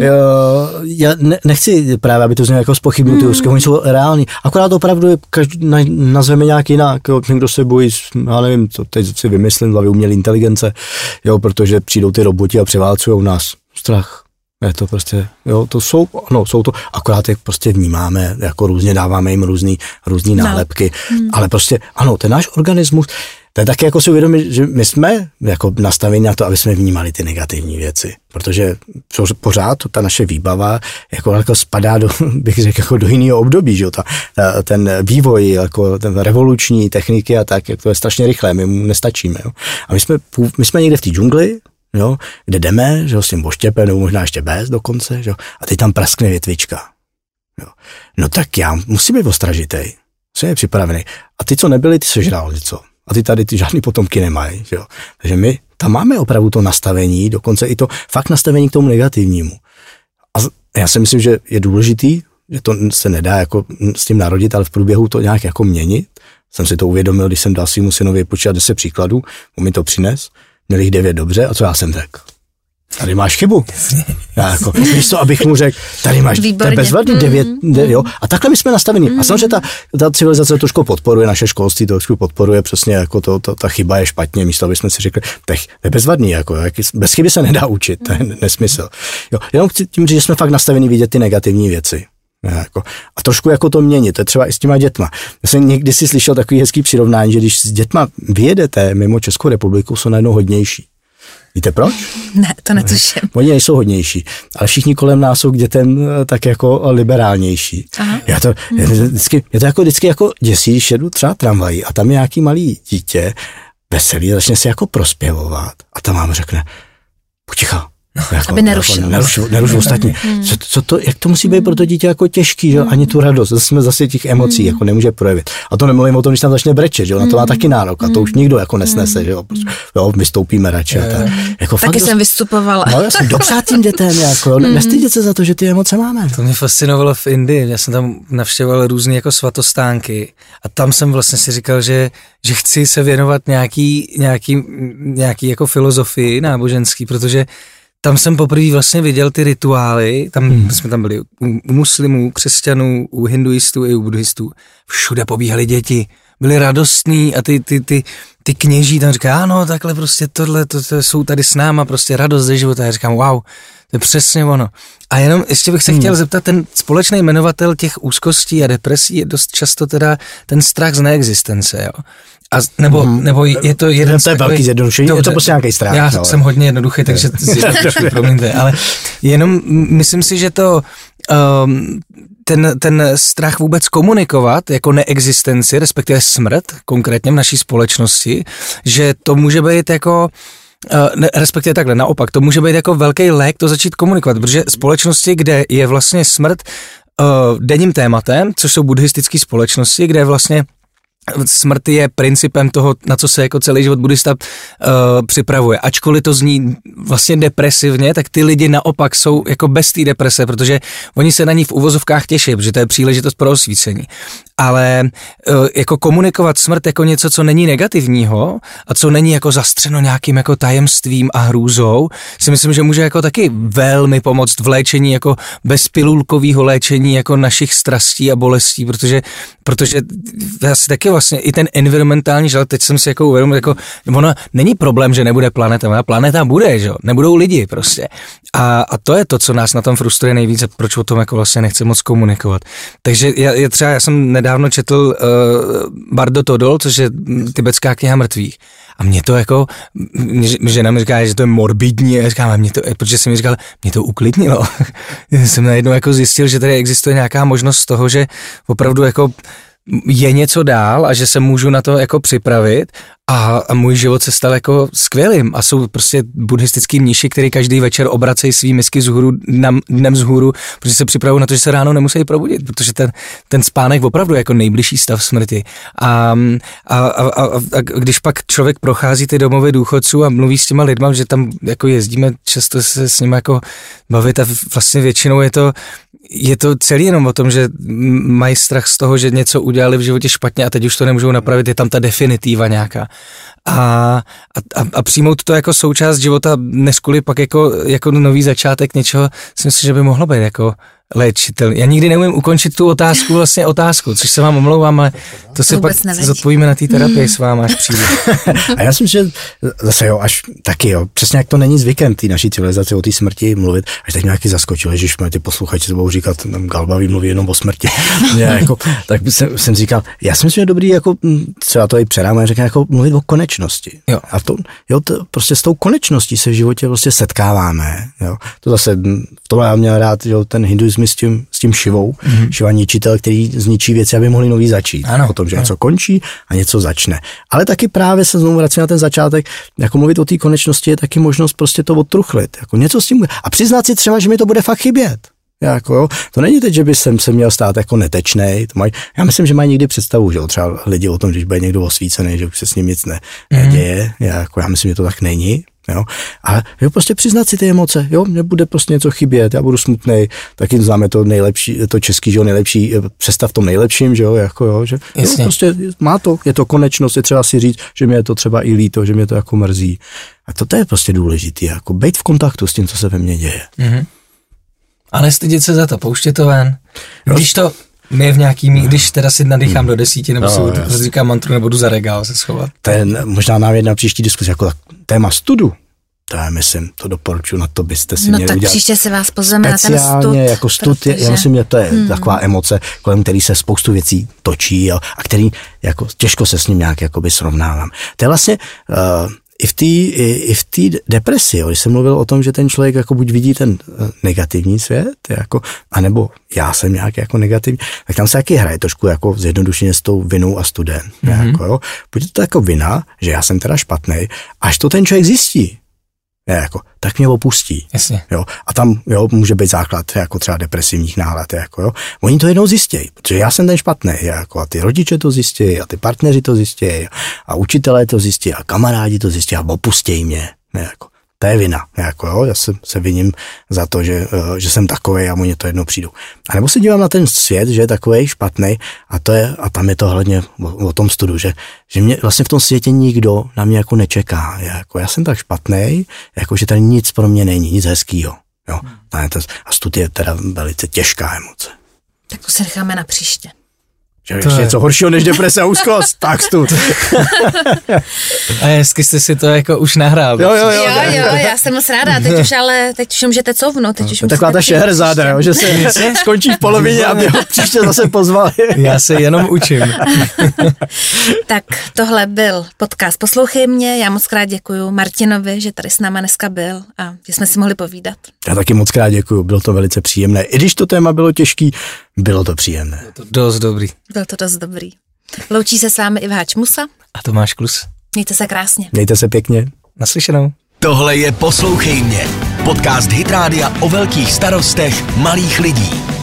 já ne, nechci právě, aby to znělo jako zpochybnit, hmm. ty oni jsou reální. Akorát opravdu je každý, nazveme nějak jinak. Jo, někdo se bojí, já nevím, co teď si vymyslím, hlavě umělé inteligence, jo, protože přijdou ty roboti a převálcujou nás. Strach. Je to prostě, jo, to jsou, no, jsou to, akorát jak prostě vnímáme, jako různě dáváme jim různý, různý nálepky, no. hmm. ale prostě, ano, ten náš organismus, to je taky jako si uvědomit, že my jsme jako nastaveni na to, aby jsme vnímali ty negativní věci, protože pořád ta naše výbava jako, jako spadá do, bych řekl, jako do jiného období, že jo, ta, ta, ten vývoj, jako ten revoluční techniky a tak, jak to je strašně rychlé, my mu nestačíme, jo. A my jsme, my jsme někde v té džungli, jo, kde jdeme, že jo, s tím boštěpem, nebo možná ještě bez dokonce, že jo, a teď tam praskne větvička, jo. No tak já musím být ostražitej, jsem je připravený. A ty, co nebyli, ty sežral, co? A ty tady ty žádný potomky nemají, jo. Takže my tam máme opravdu to nastavení, dokonce i to fakt nastavení k tomu negativnímu. A já si myslím, že je důležitý, že to se nedá jako s tím narodit, ale v průběhu to nějak jako měnit. Jsem si to uvědomil, když jsem dal svýmu synovi počítat deset příkladů, on mi to přines, měl jich devět dobře, a co já jsem řekl? Tady máš chybu. Já jako, víš co, abych mu řekl, tady máš, to je bezvadný, devět, de, jo. A takhle my jsme nastaveni. A samozřejmě ta, ta civilizace trošku podporuje, naše školství trošku podporuje, přesně jako to, to, ta chyba je špatně, místo aby jsme si řekli, to je bezvadný, jako, jak, bez chyby se nedá učit, to je nesmysl. Jo, jenom chci tím říct, že jsme fakt nastaveni vidět ty negativní věci. Jako, a trošku jako to měnit, to je třeba i s těma dětma. Já jsem někdy si slyšel takový hezký přirovnání, že když s dětma vyjedete mimo Českou republiku, jsou najednou hodnější. Víte proč? Ne, to netuším. Oni nejsou hodnější, ale všichni kolem nás jsou k dětem tak jako liberálnější. Aha. Já to, je, vždycky, je to jako vždycky jako děsí, když jedu třeba tramvají a tam je nějaký malý dítě veselý, začne se jako prospěvovat a tam vám řekne, poticha. No, jako, aby nerušil. Nerušil, nerušil ostatní. Co, co to, jak to musí být pro to dítě jako těžký, že? Ani tu radost, zase jsme zase těch emocí, jako nemůže projevit. A to nemluvím o tom, když tam začne brečet, že jo? Na to má taky nárok a to už nikdo jako nesnese, že jo? Jo, vystoupíme radši. Ta, jako taky jsem dost, vystupovala. No, já jsem dopřát tím dětem, jako, jo? Nestydět se za to, že ty emoce máme. To mě fascinovalo v Indii, já jsem tam navštěvoval různé jako svatostánky a tam jsem vlastně si říkal, že, že chci se věnovat nějaký, nějaký, nějaký jako filozofii náboženský, protože tam jsem poprvé vlastně viděl ty rituály, tam hmm. jsme tam byli u, u muslimů, křesťanů, u hinduistů i u buddhistů. Všude pobíhaly děti, byli radostní a ty, ty, ty, ty kněží tam říkají, ano, takhle prostě tohle, to, to jsou tady s náma, prostě radost ze života. Já říkám, wow, to je přesně ono. A jenom ještě bych se hmm. chtěl zeptat, ten společný jmenovatel těch úzkostí a depresí je dost často teda ten strach z neexistence, jo. A, nebo, hmm. nebo je to jeden... To je velký zjednodušení, je to prostě nějaký strach. Já no, jsem hodně jednoduchý, takže zjednodušuji, promiňte, ale jenom myslím si, že to... Um, ten, ten strach vůbec komunikovat jako neexistenci, respektive smrt, konkrétně v naší společnosti, že to může být jako... Uh, ne, respektive takhle, naopak, to může být jako velký lék to začít komunikovat, protože společnosti, kde je vlastně smrt uh, denním tématem, což jsou buddhistické společnosti, kde vlastně smrt je principem toho, na co se jako celý život buddhista uh, připravuje. Ačkoliv to zní vlastně depresivně, tak ty lidi naopak jsou jako bez té deprese, protože oni se na ní v uvozovkách těší, protože to je příležitost pro osvícení. Ale uh, jako komunikovat smrt jako něco, co není negativního a co není jako zastřeno nějakým jako tajemstvím a hrůzou, si myslím, že může jako taky velmi pomoct v léčení jako bezpilulkového léčení jako našich strastí a bolestí, protože, protože asi taky vlastně i ten environmentální žal, teď jsem si jako uvědomil, jako ono není problém, že nebude planeta, ona planeta bude, že jo, nebudou lidi prostě. A, a to je to, co nás na tom frustruje nejvíc a proč o tom jako vlastně nechce moc komunikovat. Takže já, já třeba, já jsem nedávno četl uh, Bardo Todol, což je tibetská kniha mrtvých. A mě to jako, žena mi říká, že to je morbidní, a říkám, a mě to, protože jsem mi říkal, mě to uklidnilo. Jsem najednou jako zjistil, že tady existuje nějaká možnost toho, že opravdu jako je něco dál a že se můžu na to jako připravit a, a můj život se stal jako skvělým a jsou prostě buddhistický mniši, který každý večer obracejí svý misky vzhůru, dnem vzhůru, protože se připravují na to, že se ráno nemusí probudit, protože ten, ten spánek opravdu je jako nejbližší stav smrti. A, a, a, a, a když pak člověk prochází ty domovy důchodců a mluví s těma lidma, že tam jako jezdíme, často se s nimi jako bavit a vlastně většinou je to je to celý jenom o tom, že mají strach z toho, že něco udělali v životě špatně a teď už to nemůžou napravit, je tam ta definitiva nějaká. A, a, a přijmout to jako součást života, než kvůli pak jako, jako nový začátek něčeho, si myslím, že by mohlo být jako léčitel. Já nikdy neumím ukončit tu otázku, vlastně otázku, což se vám omlouvám, ale to si pak zodpovíme na té terapii mm. s váma, až přijde. A já si myslím, že zase jo, až taky jo, přesně jak to není zvykem té naší civilizace o té smrti mluvit, až teď nějaký zaskočil, ježišme, ty posluchači se budou říkat, tam Galbavý mluví jenom o smrti. Já, jako, tak jsem, jsem říkal, já si myslím, že je dobrý, jako třeba to i předám, řekne, jako mluvit o konečnosti. Jo. A to, jo, to, prostě s tou konečností se v životě prostě setkáváme. Jo. To zase, v tom já měl rád, jo, ten hinduismus s tím, s tím Šivou. Mm-hmm. Šiva ničitel, který zničí věci, aby mohli nový začít. Ano, o tom, že ano. něco končí a něco začne. Ale taky právě se znovu vracím na ten začátek, jako mluvit o té konečnosti je taky možnost prostě to odtruchlit. Jako něco s tím bude. A přiznat si třeba, že mi to bude fakt chybět. Jako, jo. To není teď, že by jsem se měl stát jako netečnej. To maj, já myslím, že mají někdy představu, že jo, třeba lidi o tom, že bude někdo osvícený, že už se s ním nic ne, mm-hmm. neděje. Já, jako, já myslím, že to tak není. Jo. Ale jo, prostě přiznat si ty emoce, jo, mě bude prostě něco chybět, já budu smutnej, taky známe to nejlepší, to český, že jo, nejlepší, představ v tom nejlepším, že jo, jako jo, že jo, prostě má to, je to konečnost, je třeba si říct, že mě je to třeba i líto, že mě to jako mrzí. A to, to je prostě důležitý, jako být v kontaktu s tím, co se ve mně děje. Mm-hmm. A nestydět se za to, pouštět to ven. Když to mě v nějaký, no. když teda si nadýchám no. do desíti, nebo no, si říkám mantru, nebo jdu za regál se schovat. To je možná nám jedna příští diskuse, jako téma studu. To já myslím, to doporučuji, na to byste si no měli udělat. No tak příště se vás pozveme na ten stud. Jako stud, protože... já myslím, že to je hmm. taková emoce, kolem který se spoustu věcí točí jo, a který jako těžko se s ním nějak jakoby srovnávám. To je vlastně uh, i v té i, i v té depresi, jo, když jsem mluvil o tom, že ten člověk jako buď vidí ten negativní svět, jako, anebo já jsem nějak jako negativní, tak tam se taky hraje trošku jako zjednodušeně s tou vinou a studem. Mm-hmm. Jako, jo. Bude to jako vina, že já jsem teda špatnej, až to ten člověk zjistí. Ne, jako, tak mě opustí. Jasně. Jo. A tam jo, může být základ jako třeba depresivních nálad. Jako, jo. Oni to jednou zjistějí, protože já jsem ten špatný. Jako, a ty rodiče to zjistějí, a ty partneři to zjistějí, a učitelé to zjistějí, a kamarádi to zjistějí, a opustějí mě. Ne, jako. To je vina. Jako, jo. Já se, se viním za to, že, že jsem takovej a oni to jednou přijdou. A nebo se dívám na ten svět, že je takovej špatný, a, to je, a tam je to hlavně o, o tom studu, že, že mě vlastně v tom světě nikdo na mě jako nečeká. Jako, já jsem tak špatný, jako, že tady nic pro mě není, nic hezkýho. Jo. A stud je teda velice těžká emoce. Tak to se necháme na příště. Že ještě něco horšího než deprese a úzkost, tak stud. A hezky jste si to jako už nahrál. Jo, jo, jo. Jo, jo, já jsem moc ráda, teď už ale, teď už můžete couvnout, teď už No, taková ta šeherzáda, jo, že se skončí v polovině, aby ho příště zase pozvali. Já se jenom učím. Tak tohle byl podcast Poslouchej mě, já moc krát děkuju Martinovi, že tady s náma dneska byl a že jsme si mohli povídat. Já taky moc krát děkuju, bylo to velice příjemné. I když to téma bylo těžký, bylo to příjemné. To dost dobrý. Byl to dost dobrý. Loučí se s vámi Iva Hačmusa. A Tomáš Klus. Mějte se krásně. Mějte se pěkně. Naslyšenou. Tohle je Poslouchej mě. Podcast Hit Rádia o velkých starostech malých lidí.